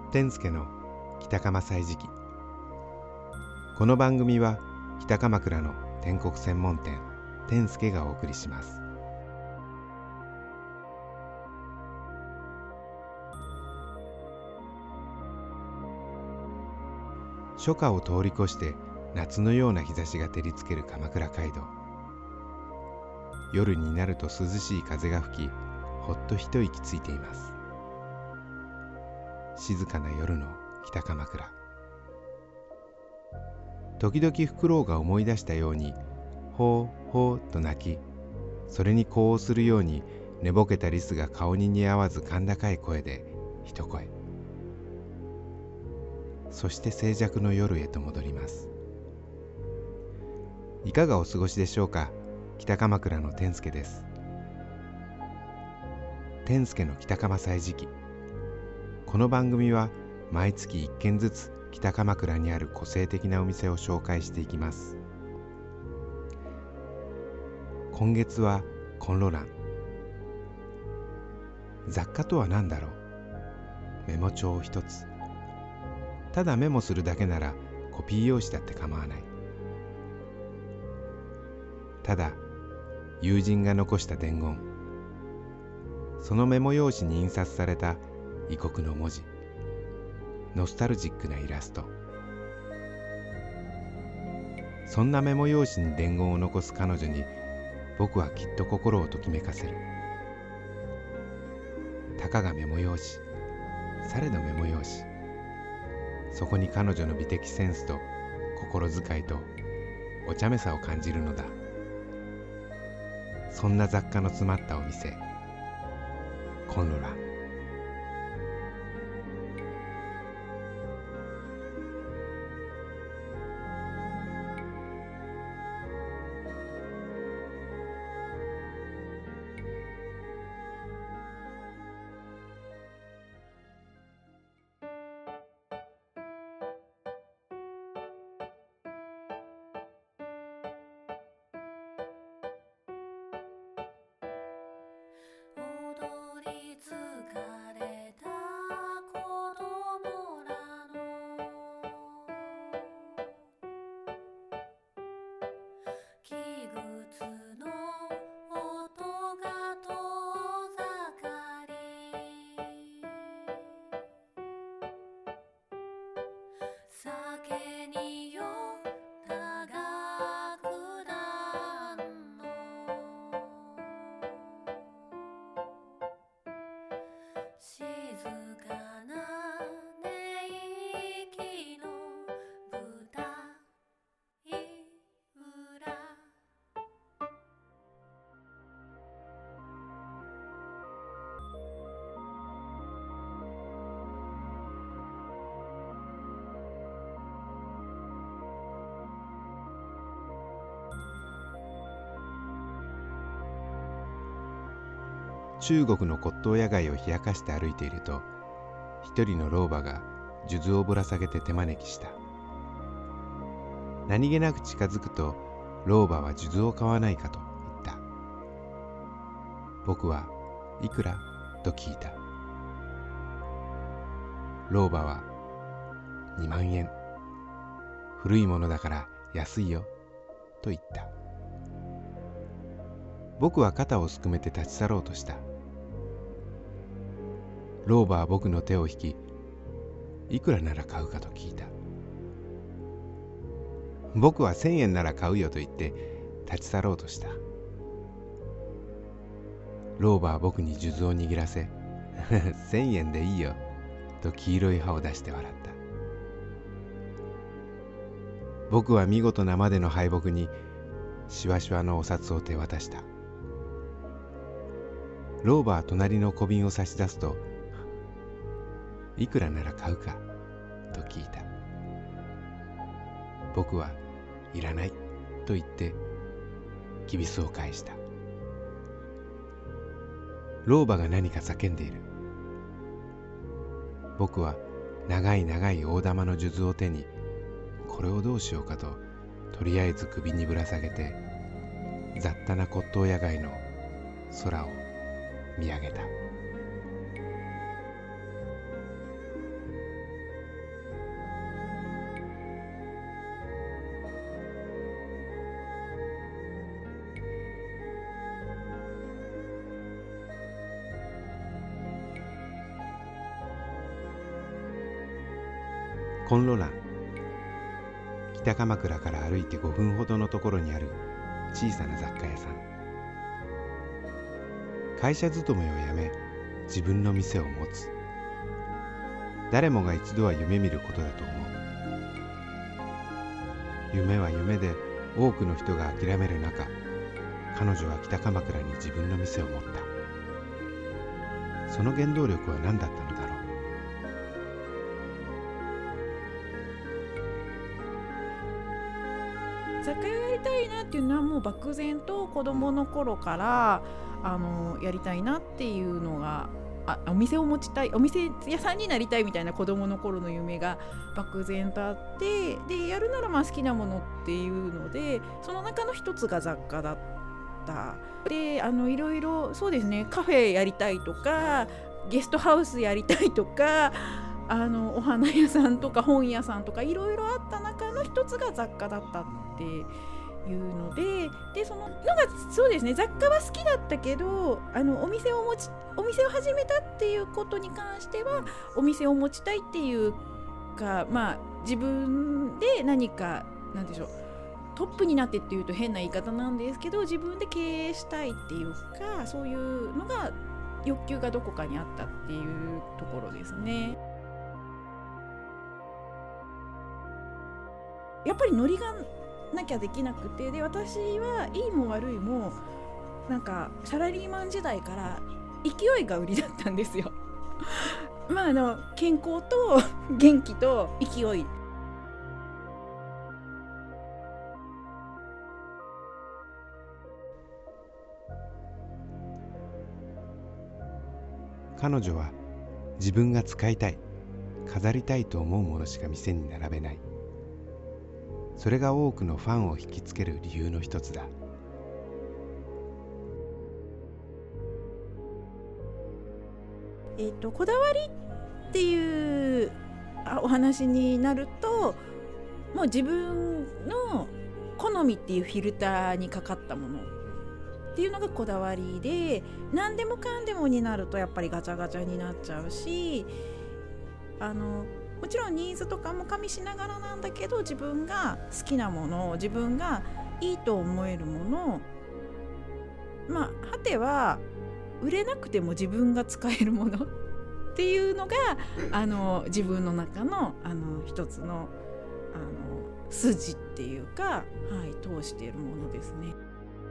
天助の北鎌歳時記。この番組は北鎌倉の篆刻専門店天助がお送りします。初夏を通り越して夏のような日差しが照りつける鎌倉街道。夜になると涼しい風が吹き、ほっと一息ついています。静かな夜の北鎌倉。時々フクロウが思い出したようにほうほうと鳴き、それに呼応するように寝ぼけたリスが顔に似合わず甲高い声で一声。そして静寂の夜へと戻ります。いかがお過ごしでしょうか。北鎌倉の天助です。天助の北鎌歳時記。この番組は毎月1軒ずつ北鎌倉にある個性的なお店を紹介していきます。今月はコンロ欄。雑貨とは何だろう。メモ帳を一つ。ただメモするだけならコピー用紙だって構わない。ただ友人が残した伝言、そのメモ用紙に印刷された異国の文字、ノスタルジックなイラスト。そんなメモ用紙に伝言を残す彼女に僕はきっと心をときめかせる。たかがメモ用紙、されどメモ用紙。そこに彼女の美的センスと心遣いとお茶目さを感じるのだ。そんな雑貨の詰まったお店、コンロラ。 踊り疲れた子供らの木靴の音が遠ざかり、酒に酔った楽団の静かな寝息の舞台裏。 中国の骨董屋街を冷やかして歩いていると、一人の老婆が数珠をぶら下げて手招きした。何気なく近づくと、老婆は数珠を買わないかと言った。僕はいくらと聞いた。老婆は2万円。古いものだから安いよと言った。僕は肩をすくめて立ち去ろうとした。老婆は僕の手を引き、いくらなら買うかと聞いた。僕は1000円なら買うよと言って立ち去ろうとした。老婆は僕に数珠を握らせ、1000円でいいよと黄色い歯を出して笑った。僕は見事なまでの敗北にしわしわのお札を手渡した。老婆は隣の小瓶を差し出すと、いくらなら買うかと聞いた。僕はいらないと言ってきびすを返した。老婆が何か叫んでいる。僕は長い長い大玉の数珠を手に、これをどうしようかととりあえず首にぶら下げて、雑多な骨董屋街の空を見上げた。 コンロラン。北鎌倉から歩いて5分ほどのところにある小さな雑貨屋さん。会社勤めを辞め、自分の店を持つ。誰もが一度は夢見ることだと思う。夢は夢で多くの人が諦める中、彼女は北鎌倉に自分の店を持った。その原動力は何だったのだろう。雑貨屋やりたいなっていうのはもう漠然と子供の頃からやりたいなっていうのが、お店を持ちたい、お店屋さんになりたいみたいな子供の頃の夢が漠然とあって、でやるなら好きなものっていうので、その中の一つが雑貨だった。でいろいろそうですね、カフェやりたいとかゲストハウスやりたいとかお花屋さんとか本屋さんとかいろいろあった中の一つが雑貨だったっていうので、そののがそうですね、雑貨は好きだったけどお店を始めたっていうことに関してはお店を持ちたいっていうか、自分で何かなんでしょう、トップになってっていうと変な言い方なんですけど、自分で経営したいっていうか、そういうのが欲求がどこかにあったっていうところですね。やっぱりノリがなきゃできなくて、で私はいいも悪いもなんかサラリーマン時代から勢いが売りだったんですよ健康と元気と勢い。 彼女は自分が使いたい、飾りたいと思うものしか店に並べない。それが多くのファンを引きつける理由の一つだ。 こだわりっていうお話になると、もう自分の好みっていうフィルターにかかったものっていうのがこだわりで、何でもかんでもになるとやっぱりガチャガチャになっちゃうし、もちろんニーズとかも加味しながらなんだけど、自分が好きなもの、自分がいいと思えるもの、果ては売れなくても自分が使えるものっていうのが自分の中の一つの筋っていうか、通しているものですね。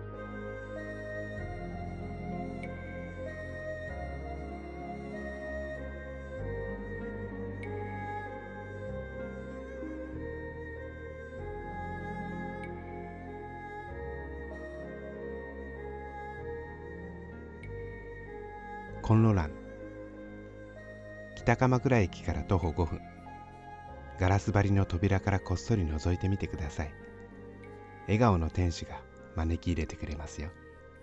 コンロラン。北鎌倉駅から徒歩5分。ガラス張りの扉からこっそり覗いてみてください。笑顔の天使が招き入れてくれますよ。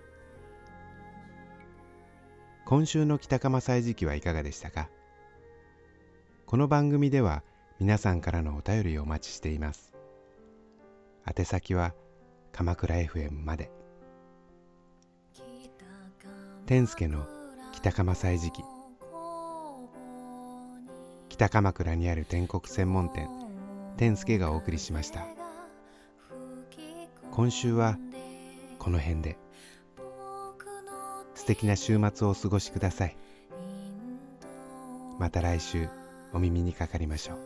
今週の北鎌歳時記はいかがでしたか？この番組では皆さんからのお便りをお待ちしています。宛先は鎌倉 FM まで。天助の北鎌歳時記。北鎌倉にある篆刻専門店天助がお送りしました。今週はこの辺で。素敵な週末をお過ごしください。また来週お耳にかかりましょう。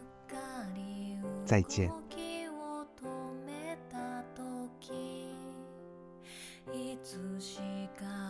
再见。 いつしか